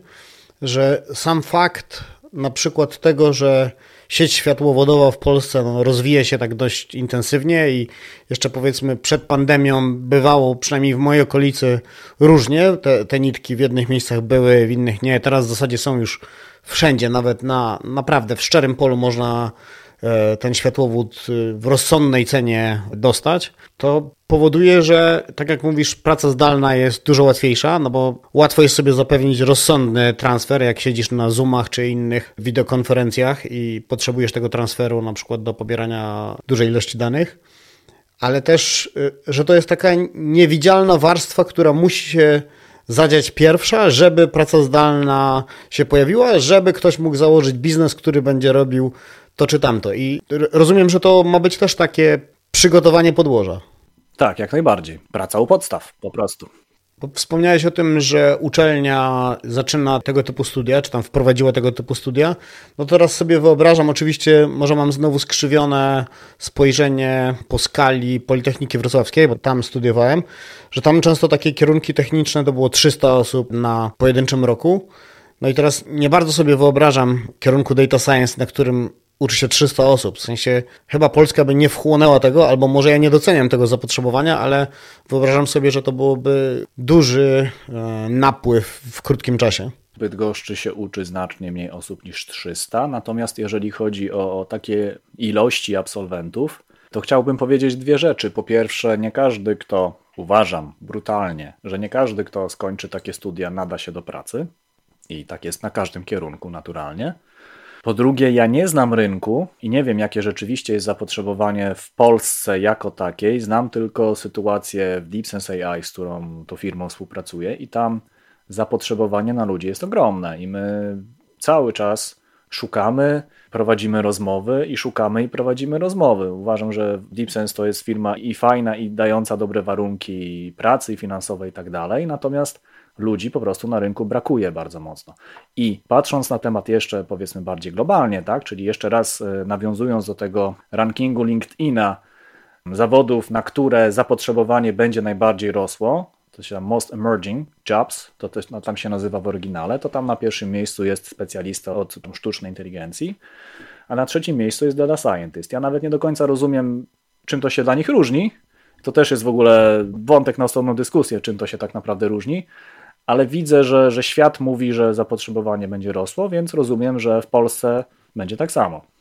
że sam fakt na przykład tego, że sieć światłowodowa w Polsce no, rozwija się tak dość intensywnie i jeszcze powiedzmy przed pandemią bywało, przynajmniej w mojej okolicy, różnie. Te, te nitki w jednych miejscach były, w innych nie. Teraz w zasadzie są już wszędzie, nawet na naprawdę w szczerym polu można ten światłowód w rozsądnej cenie dostać. To powoduje, że tak jak mówisz, praca zdalna jest dużo łatwiejsza, no bo łatwo jest sobie zapewnić rozsądny transfer, jak siedzisz na Zoomach czy innych wideokonferencjach i potrzebujesz tego transferu na przykład do pobierania dużej ilości danych, ale też, że to jest taka niewidzialna warstwa, która musi się zadziać pierwsza, żeby praca zdalna się pojawiła, żeby ktoś mógł założyć biznes, który będzie robił to czy tamto. I rozumiem, że to ma być też takie przygotowanie podłoża. Tak, jak najbardziej. Praca u podstaw, po prostu. Bo wspomniałeś o tym, że uczelnia zaczyna tego typu studia, czy tam wprowadziła tego typu studia. No teraz sobie wyobrażam, oczywiście może mam znowu skrzywione spojrzenie po skali Politechniki Wrocławskiej, bo tam studiowałem, że tam często takie kierunki techniczne to było trzysta osób na pojedynczym roku. No i teraz nie bardzo sobie wyobrażam kierunku Data Science, na którym uczy się trzysta osób. W sensie chyba Polska by nie wchłonęła tego, albo może ja nie doceniam tego zapotrzebowania, ale wyobrażam sobie, że to byłoby duży napływ w krótkim czasie. W Bydgoszczy się uczy znacznie mniej osób niż trzysta, natomiast jeżeli chodzi o, o takie ilości absolwentów, to chciałbym powiedzieć dwie rzeczy. Po pierwsze, nie każdy, kto, uważam brutalnie, że nie każdy, kto skończy takie studia, nada się do pracy. I tak jest na każdym kierunku naturalnie. Po drugie, ja nie znam rynku i nie wiem, jakie rzeczywiście jest zapotrzebowanie w Polsce jako takiej. Znam tylko sytuację w DeepSense A I, z którą tą firmą współpracuję i tam zapotrzebowanie na ludzi jest ogromne i my cały czas szukamy, prowadzimy rozmowy i szukamy i prowadzimy rozmowy. Uważam, że DeepSense to jest firma i fajna, i dająca dobre warunki pracy i finansowej i tak dalej, natomiast ludzi po prostu na rynku brakuje bardzo mocno. I patrząc na temat jeszcze, powiedzmy, bardziej globalnie, tak, czyli jeszcze raz nawiązując do tego rankingu LinkedIna zawodów, na które zapotrzebowanie będzie najbardziej rosło, to się tam Most Emerging Jobs, to też no, tam się nazywa w oryginale, to tam na pierwszym miejscu jest specjalista od sztucznej inteligencji, a na trzecim miejscu jest data scientist. Ja nawet nie do końca rozumiem, czym to się dla nich różni. To też jest w ogóle wątek na osobną dyskusję, czym to się tak naprawdę różni, ale widzę, że, że świat mówi, że zapotrzebowanie będzie rosło, więc rozumiem, że w Polsce będzie tak samo.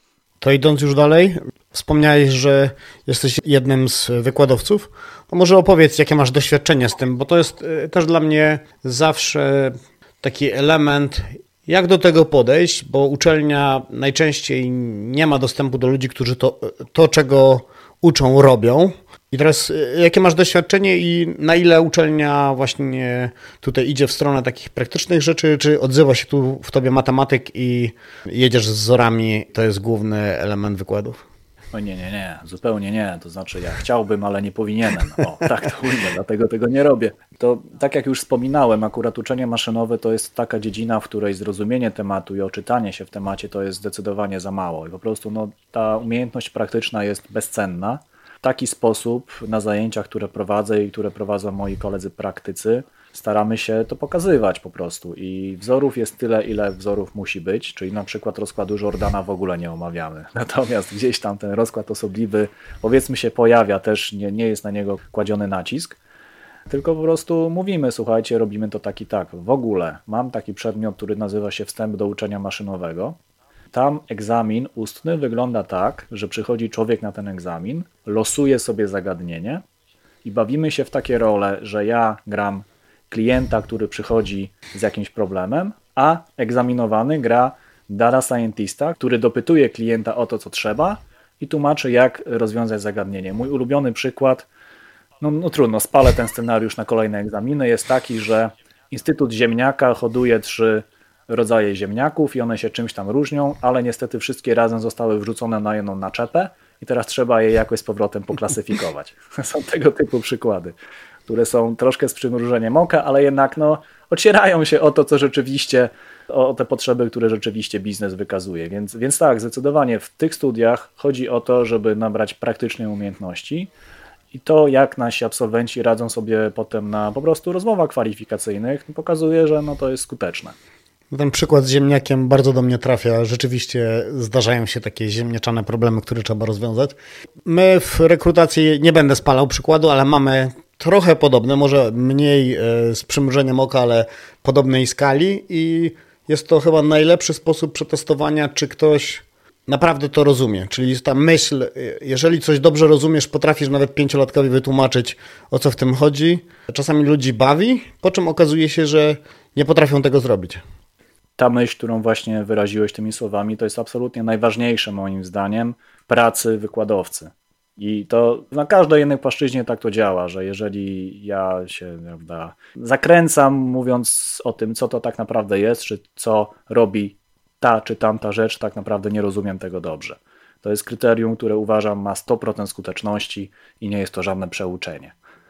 To idąc już dalej, wspomniałeś, że jesteś jednym z wykładowców. A może opowiedz, jakie masz doświadczenie z tym, bo to jest też dla mnie zawsze taki element, jak do tego podejść, bo uczelnia najczęściej nie ma dostępu do ludzi, którzy to, to czego uczą, robią. I teraz, jakie masz doświadczenie i na ile uczelnia właśnie tutaj idzie w stronę takich praktycznych rzeczy, czy odzywa się tu w tobie matematyk i jedziesz z wzorami, to jest główny element wykładów? O nie, nie, nie, zupełnie nie. To znaczy ja chciałbym, ale nie powinienem. O, tak to ujmę, dlatego tego nie robię. To tak jak już wspominałem, akurat uczenie maszynowe to jest taka dziedzina, w której zrozumienie tematu i oczytanie się w temacie to jest zdecydowanie za mało. I po prostu no, ta umiejętność praktyczna jest bezcenna. W taki sposób na zajęciach, które prowadzę i które prowadzą moi koledzy praktycy, staramy się to pokazywać po prostu i wzorów jest tyle, ile wzorów musi być, czyli na przykład rozkładu Jordana w ogóle nie omawiamy. Natomiast gdzieś tam ten rozkład osobliwy, powiedzmy się, pojawia też, nie, nie jest na niego kładziony nacisk, tylko po prostu mówimy, słuchajcie, robimy to tak i tak. W ogóle mam taki przedmiot, który nazywa się Wstęp do uczenia maszynowego. Tam egzamin ustny wygląda tak, że przychodzi człowiek na ten egzamin, losuje sobie zagadnienie i bawimy się w takie role, że ja gram klienta, który przychodzi z jakimś problemem, a egzaminowany gra data scientista, który dopytuje klienta o to, co trzeba i tłumaczy, jak rozwiązać zagadnienie. Mój ulubiony przykład, no, no trudno, spalę ten scenariusz na kolejne egzaminy, jest taki, że Instytut Ziemniaka hoduje trzy rodzaje ziemniaków i one się czymś tam różnią, ale niestety wszystkie razem zostały wrzucone na jedną naczepę i teraz trzeba je jakoś z powrotem poklasyfikować. Są tego typu przykłady, które są troszkę z przymrużeniem oka, ale jednak no, ocierają się o to, co rzeczywiście, o te potrzeby, które rzeczywiście biznes wykazuje. Więc, więc tak, zdecydowanie w tych studiach chodzi o to, żeby nabrać praktycznej umiejętności i to, jak nasi absolwenci radzą sobie potem na po prostu rozmowach kwalifikacyjnych, pokazuje, że no, to jest skuteczne. Ten przykład z ziemniakiem bardzo do mnie trafia. Rzeczywiście zdarzają się takie ziemniaczane problemy, które trzeba rozwiązać. My w rekrutacji, nie będę spalał przykładu, ale mamy trochę podobne, może mniej z przymrużeniem oka, ale podobnej skali i jest to chyba najlepszy sposób przetestowania, czy ktoś naprawdę to rozumie. Czyli jest ta myśl, jeżeli coś dobrze rozumiesz, potrafisz nawet pięciolatkowi wytłumaczyć, o co w tym chodzi. Czasami ludzi bawi, po czym okazuje się, że nie potrafią tego zrobić. Ta myśl, którą właśnie wyraziłeś tymi słowami, to jest absolutnie najważniejsze moim zdaniem w pracy wykładowcy. I to na każdej jednej płaszczyźnie tak to działa, że jeżeli ja się, prawda, zakręcam mówiąc o tym, co to tak naprawdę jest, czy co robi ta czy tamta rzecz, tak naprawdę nie rozumiem tego dobrze. To jest kryterium, które uważam ma sto procent skuteczności i nie jest to żadne przeuczenie.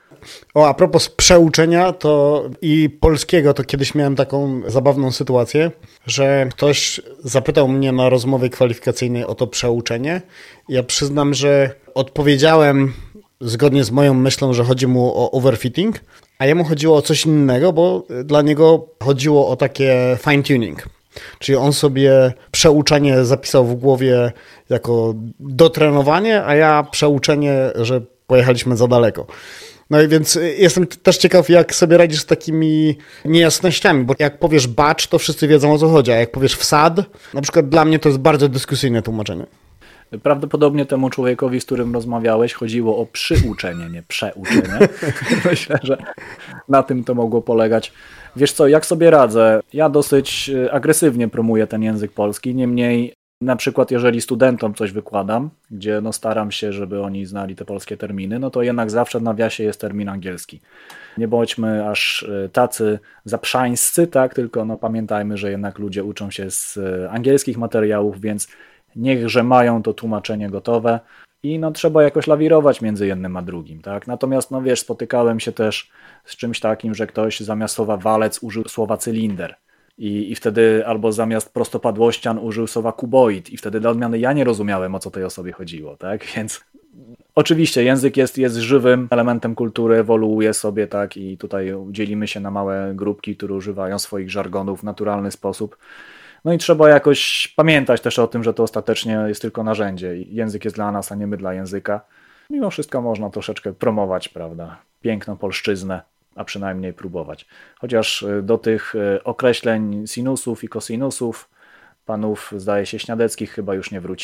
O, a propos przeuczenia to i polskiego, to kiedyś miałem taką zabawną sytuację, że ktoś zapytał mnie na rozmowie kwalifikacyjnej o to przeuczenie. Ja przyznam, że odpowiedziałem zgodnie z moją myślą, że chodzi mu o overfitting, a jemu chodziło o coś innego, bo dla niego chodziło o takie fine tuning. Czyli on sobie przeuczenie zapisał w głowie jako dotrenowanie, a ja przeuczenie, że pojechaliśmy za daleko. No i więc jestem też ciekaw, jak sobie radzisz z takimi niejasnościami, bo jak powiesz batch, to wszyscy wiedzą, o co chodzi, a jak powiesz wsad, na przykład dla mnie to jest bardzo dyskusyjne tłumaczenie. Prawdopodobnie temu człowiekowi, z którym rozmawiałeś, chodziło o przyuczenie, nie przeuczenie. Myślę, że na tym to mogło polegać. Wiesz co, jak sobie radzę? Ja dosyć agresywnie promuję ten język polski, niemniej na przykład jeżeli studentom coś wykładam, gdzie no staram się, żeby oni znali te polskie terminy, no to jednak zawsze w nawiasie jest termin angielski. Nie bądźmy aż tacy zaprzańscy, tak? Tylko no pamiętajmy, że jednak ludzie uczą się z angielskich materiałów, więc niechże mają to tłumaczenie gotowe i no trzeba jakoś lawirować między jednym a drugim, tak? Natomiast no wiesz, spotykałem się też z czymś takim, że ktoś zamiast słowa walec użył słowa cylinder. I, I wtedy albo zamiast prostopadłościan użył słowa kuboid i wtedy dla odmiany ja nie rozumiałem, o co tej osobie chodziło, tak? Więc oczywiście język jest, jest żywym elementem kultury, ewoluuje sobie, tak? I tutaj dzielimy się na małe grupki, które używają swoich żargonów w naturalny sposób. No i trzeba jakoś pamiętać też o tym, że to ostatecznie jest tylko narzędzie. Język jest dla nas, a nie my dla języka. Mimo wszystko można troszeczkę promować, prawda? Piękną polszczyznę, a przynajmniej próbować. Chociaż do tych określeń sinusów i kosinusów panów, zdaje się, Śniadeckich chyba już nie wrócimy.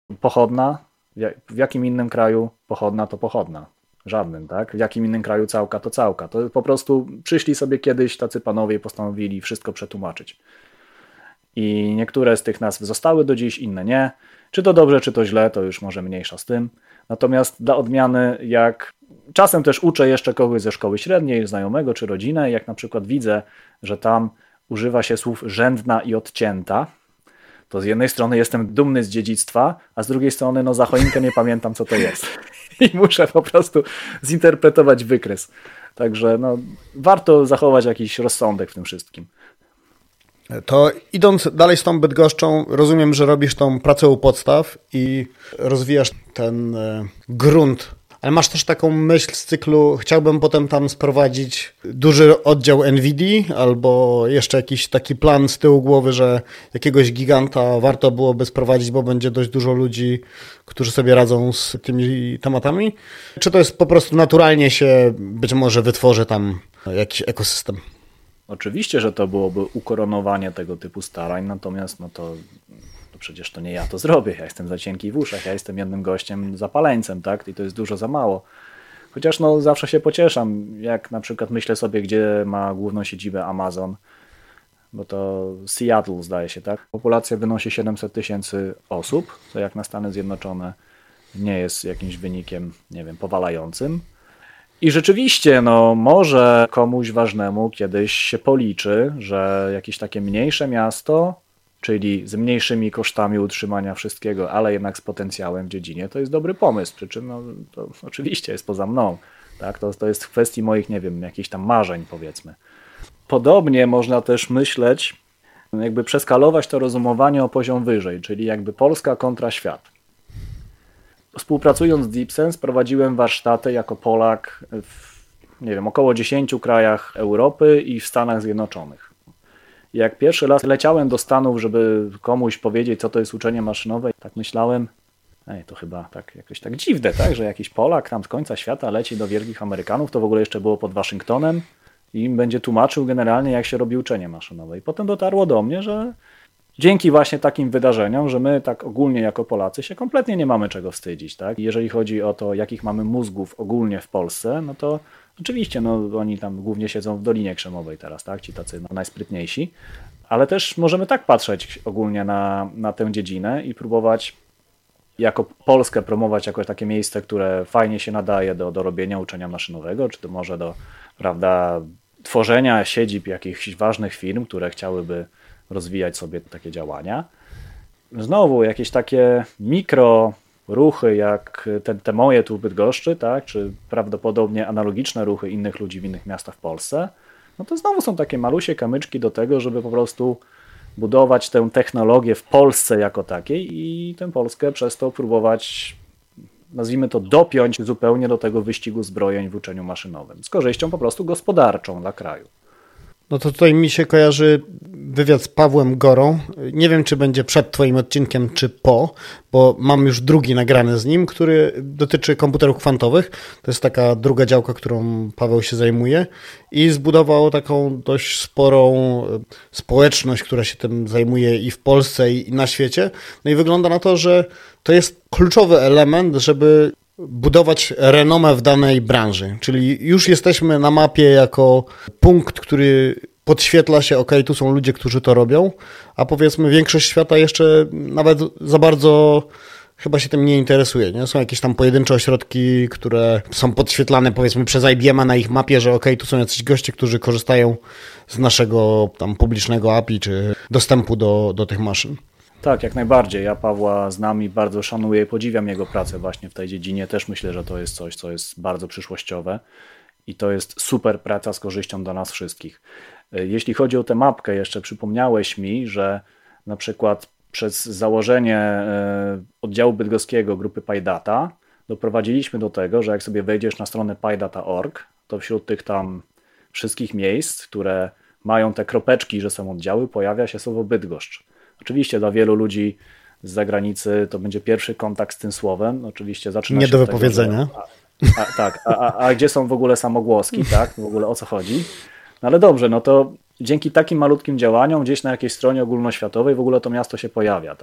Pochodna? W jakim innym kraju pochodna to pochodna? Żadnym, tak? W jakim innym kraju całka to całka? To po prostu przyszli sobie kiedyś tacy panowie i postanowili wszystko przetłumaczyć. I niektóre z tych nazw zostały do dziś, inne nie. Czy to dobrze, czy to źle, to już może mniejsza z tym. Natomiast dla odmiany, jak czasem też uczę jeszcze kogoś ze szkoły średniej, znajomego czy rodzinę, jak na przykład widzę, że tam używa się słów rzędna i odcięta, to z jednej strony jestem dumny z dziedzictwa, a z drugiej strony no za choinkę nie pamiętam, co to jest. I muszę po prostu zinterpretować wykres. Także no, warto zachować jakiś rozsądek w tym wszystkim. To idąc dalej z tą Bydgoszczą, rozumiem, że robisz tą pracę u podstaw i rozwijasz ten e, grunt, ale masz też taką myśl z cyklu, chciałbym potem tam sprowadzić duży oddział N V D albo jeszcze jakiś taki plan z tyłu głowy, że jakiegoś giganta warto byłoby sprowadzić, bo będzie dość dużo ludzi, którzy sobie radzą z tymi tematami? Czy to jest po prostu naturalnie się być może wytworzy tam jakiś ekosystem? Oczywiście, że to byłoby ukoronowanie tego typu starań, natomiast no to, to przecież to nie ja to zrobię, ja jestem za cienki w uszach, ja jestem jednym gościem zapaleńcem, tak? I to jest dużo za mało. Chociaż no zawsze się pocieszam, jak na przykład myślę sobie, gdzie ma główną siedzibę Amazon, bo to Seattle zdaje się, tak? Populacja wynosi siedemset tysięcy osób, co jak na Stany Zjednoczone nie jest jakimś wynikiem, nie wiem, powalającym. I rzeczywiście, no może komuś ważnemu kiedyś się policzy, że jakieś takie mniejsze miasto, czyli z mniejszymi kosztami utrzymania wszystkiego, ale jednak z potencjałem w dziedzinie, to jest dobry pomysł. Przy czym no, to oczywiście jest poza mną. Tak? To, to jest w kwestii moich, nie wiem, jakichś tam marzeń, powiedzmy. Podobnie można też myśleć, jakby przeskalować to rozumowanie o poziom wyżej, czyli jakby Polska kontra świat. Współpracując z DeepSense prowadziłem warsztaty jako Polak w, nie wiem, około dziesięciu krajach Europy i w Stanach Zjednoczonych. Jak pierwszy raz leciałem do Stanów, żeby komuś powiedzieć, co to jest uczenie maszynowe, tak myślałem, ej, to chyba tak jakoś tak dziwne, tak, że jakiś Polak tam z końca świata leci do wielkich Amerykanów, to w ogóle jeszcze było pod Waszyngtonem i im będzie tłumaczył generalnie, jak się robi uczenie maszynowe. I potem dotarło do mnie, że dzięki właśnie takim wydarzeniom, że my tak ogólnie jako Polacy się kompletnie nie mamy czego wstydzić, tak? Jeżeli chodzi o to, jakich mamy mózgów ogólnie w Polsce, no to oczywiście, no oni tam głównie siedzą w Dolinie Krzemowej teraz, tak? Ci tacy no, najsprytniejsi, ale też możemy tak patrzeć ogólnie na, na tę dziedzinę i próbować jako Polskę promować jako takie miejsce, które fajnie się nadaje do, do robienia uczenia maszynowego, czy to może do, prawda, tworzenia siedzib jakichś ważnych firm, które chciałyby rozwijać sobie takie działania. Znowu jakieś takie mikro ruchy, jak te, te moje tu w Bydgoszczy, tak, czy prawdopodobnie analogiczne ruchy innych ludzi w innych miastach w Polsce, no to znowu są takie malusie kamyczki do tego, żeby po prostu budować tę technologię w Polsce jako takiej i tę Polskę przez to próbować, nazwijmy to, dopiąć zupełnie do tego wyścigu zbrojeń w uczeniu maszynowym, z korzyścią po prostu gospodarczą dla kraju. No to tutaj mi się kojarzy wywiad z Pawłem Gorą. Nie wiem, czy będzie przed twoim odcinkiem, czy po, bo mam już drugi nagrany z nim, który dotyczy komputerów kwantowych. To jest taka druga działka, którą Paweł się zajmuje i zbudował taką dość sporą społeczność, która się tym zajmuje i w Polsce, i na świecie. No i wygląda na to, że to jest kluczowy element, żeby budować renomę w danej branży, czyli już jesteśmy na mapie jako punkt, który podświetla się, ok, tu są ludzie, którzy to robią, a powiedzmy większość świata jeszcze nawet za bardzo chyba się tym nie interesuje, nie? Są jakieś tam pojedyncze ośrodki, które są podświetlane powiedzmy przez I B M a na ich mapie, że ok, tu są jacyś goście, którzy korzystają z naszego tam publicznego A P I czy dostępu do, do tych maszyn. Tak, jak najbardziej. Ja Pawła znam i bardzo szanuję i podziwiam jego pracę właśnie w tej dziedzinie. Też myślę, że to jest coś, co jest bardzo przyszłościowe i to jest super praca z korzyścią dla nas wszystkich. Jeśli chodzi o tę mapkę, jeszcze przypomniałeś mi, że na przykład przez założenie oddziału bydgoskiego grupy PyData doprowadziliśmy do tego, że jak sobie wejdziesz na stronę pydata kropka org, to wśród tych tam wszystkich miejsc, które mają te kropeczki, że są oddziały, pojawia się słowo Bydgoszcz. Oczywiście dla wielu ludzi z zagranicy to będzie pierwszy kontakt z tym słowem. Oczywiście zaczyna nie się do od wypowiedzenia. Tego, że, a, a, tak, a, a, a gdzie są w ogóle samogłoski, tak? W ogóle o co chodzi? No ale dobrze, no to dzięki takim malutkim działaniom gdzieś na jakiejś stronie ogólnoświatowej w ogóle to miasto się pojawia, tak?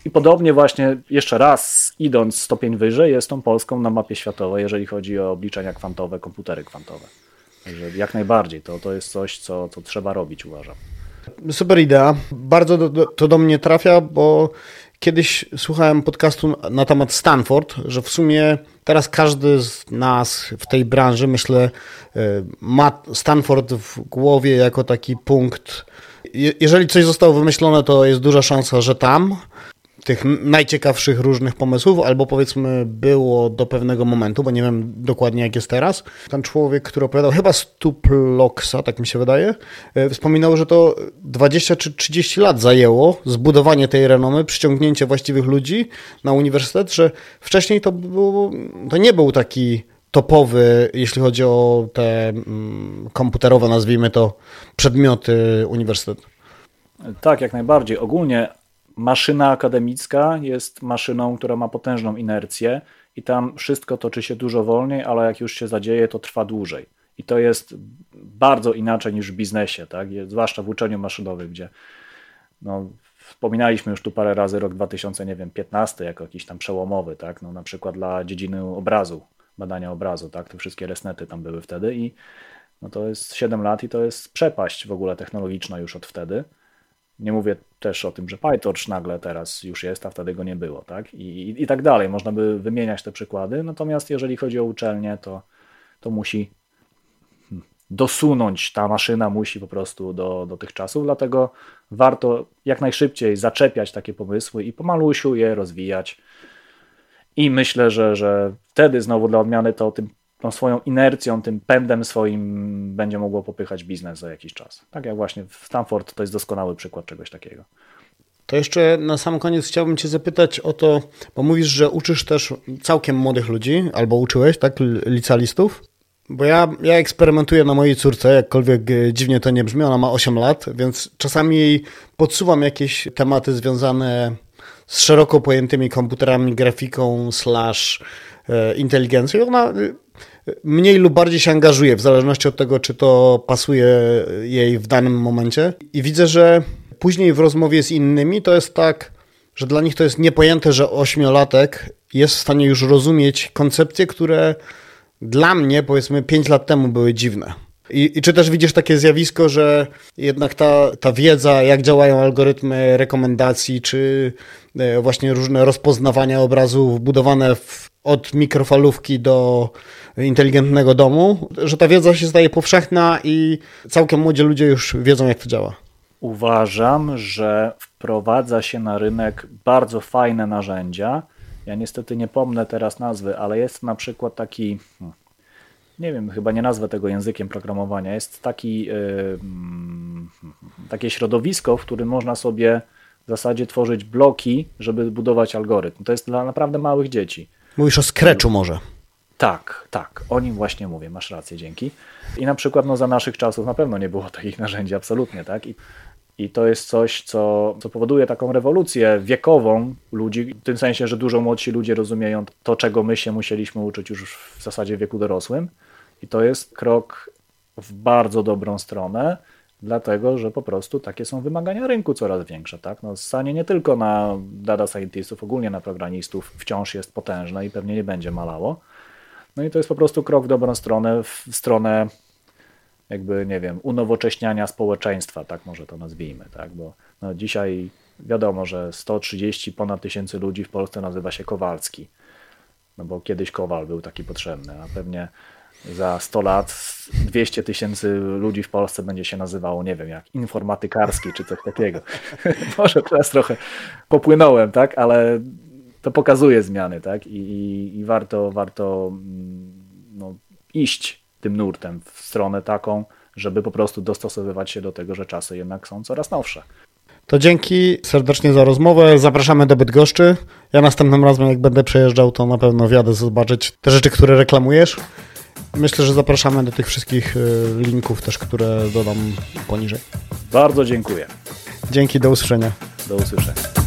I podobnie właśnie, jeszcze raz idąc stopień wyżej, jest tą Polską na mapie światowej, jeżeli chodzi o obliczenia kwantowe, komputery kwantowe. Także jak najbardziej, to, to jest coś, co, co trzeba robić, uważam. Super idea. Bardzo do, do, to do mnie trafia, bo kiedyś słuchałem podcastu na temat Stanford, że w sumie teraz każdy z nas w tej branży, myślę, ma Stanford w głowie jako taki punkt. Jeżeli coś zostało wymyślone, to jest duża szansa, że tam tych najciekawszych różnych pomysłów, albo powiedzmy było do pewnego momentu, bo nie wiem dokładnie jak jest teraz. Ten człowiek, który opowiadał, chyba Stuploksa, tak mi się wydaje, wspominał, że to dwadzieścia czy trzydzieści lat zajęło zbudowanie tej renomy, przyciągnięcie właściwych ludzi na uniwersytet, że wcześniej to, było, to nie był taki topowy, jeśli chodzi o te mm, komputerowe, nazwijmy to, przedmioty uniwersytetu. Tak, jak najbardziej. Ogólnie maszyna akademicka jest maszyną, która ma potężną inercję i tam wszystko toczy się dużo wolniej, ale jak już się zadzieje, to trwa dłużej. I to jest bardzo inaczej niż w biznesie, tak? Zwłaszcza w uczeniu maszynowym, gdzie no, wspominaliśmy już tu parę razy rok dwa tysiące piętnasty jako jakiś tam przełomowy, tak? No, na przykład dla dziedziny obrazu, badania obrazu, tak? Te wszystkie resnety tam były wtedy i no, to jest siedem lat i to jest przepaść w ogóle technologiczna już od wtedy. Nie mówię też o tym, że PyTorch nagle teraz już jest, a wtedy go nie było, tak? I, i, i tak dalej. Można by wymieniać te przykłady, natomiast jeżeli chodzi o uczelnię, to, to musi dosunąć, ta maszyna musi po prostu do, do tych czasów, dlatego warto jak najszybciej zaczepiać takie pomysły i pomalusiu je rozwijać. I myślę, że, że wtedy znowu dla odmiany to tym tą swoją inercją, tym pędem swoim będzie mogło popychać biznes za jakiś czas. Tak jak właśnie w Stanford to jest doskonały przykład czegoś takiego. To jeszcze na sam koniec chciałbym Cię zapytać o to, bo mówisz, że uczysz też całkiem młodych ludzi, albo uczyłeś, tak, licealistów? Bo ja, ja eksperymentuję na mojej córce, jakkolwiek dziwnie to nie brzmi, ona ma osiem lat, więc czasami jej podsuwam jakieś tematy związane z szeroko pojętymi komputerami, grafiką slash inteligencją. Ona mniej lub bardziej się angażuje, w zależności od tego, czy to pasuje jej w danym momencie. I widzę, że później w rozmowie z innymi to jest tak, że dla nich to jest niepojęte, że ośmiolatek jest w stanie już rozumieć koncepcje, które dla mnie, powiedzmy, pięć lat temu były dziwne. I, i czy też widzisz takie zjawisko, że jednak ta, ta wiedza, jak działają algorytmy rekomendacji, czy właśnie różne rozpoznawania obrazów budowane w, od mikrofalówki do inteligentnego domu, że ta wiedza się staje powszechna i całkiem młodzi ludzie już wiedzą, jak to działa? Uważam, że wprowadza się na rynek bardzo fajne narzędzia. Ja niestety nie pomnę teraz nazwy, ale jest na przykład taki, nie wiem, chyba nie nazwę tego językiem programowania, jest taki, yy, takie środowisko, w którym można sobie w zasadzie tworzyć bloki, żeby budować algorytm. To jest dla naprawdę małych dzieci. Mówisz o Scratchu może. Tak, tak, o nim właśnie mówię, masz rację, dzięki. I na przykład no, za naszych czasów na pewno nie było takich narzędzi, absolutnie, tak? I, i to jest coś, co, co powoduje taką rewolucję wiekową ludzi, w tym sensie, że dużo młodsi ludzie rozumieją to, czego my się musieliśmy uczyć już w zasadzie w wieku dorosłym. I to jest krok w bardzo dobrą stronę, dlatego, że po prostu takie są wymagania rynku coraz większe, tak? No, stanie nie tylko na data scientistów, ogólnie na programistów wciąż jest potężne i pewnie nie będzie malało. No i to jest po prostu krok w dobrą stronę, w stronę jakby, nie wiem, unowocześniania społeczeństwa, tak może to nazwijmy, tak? Bo no, dzisiaj wiadomo, że sto trzydzieści ponad tysięcy ludzi w Polsce nazywa się Kowalski, no bo kiedyś Kowal był taki potrzebny, a pewnie za sto lat dwieście tysięcy ludzi w Polsce będzie się nazywało, nie wiem, jak informatykarski czy coś takiego. Może teraz trochę popłynąłem, tak, ale to pokazuje zmiany, tak, i, i, i warto, warto no, iść tym nurtem w stronę taką, żeby po prostu dostosowywać się do tego, że czasy jednak są coraz nowsze. To dzięki serdecznie za rozmowę. Zapraszamy do Bydgoszczy. Ja następnym razem, jak będę przejeżdżał, to na pewno wjadę zobaczyć te rzeczy, które reklamujesz. Myślę, że zapraszamy do tych wszystkich linków też, które dodam poniżej. Bardzo dziękuję. Dzięki, do usłyszenia. Do usłyszenia.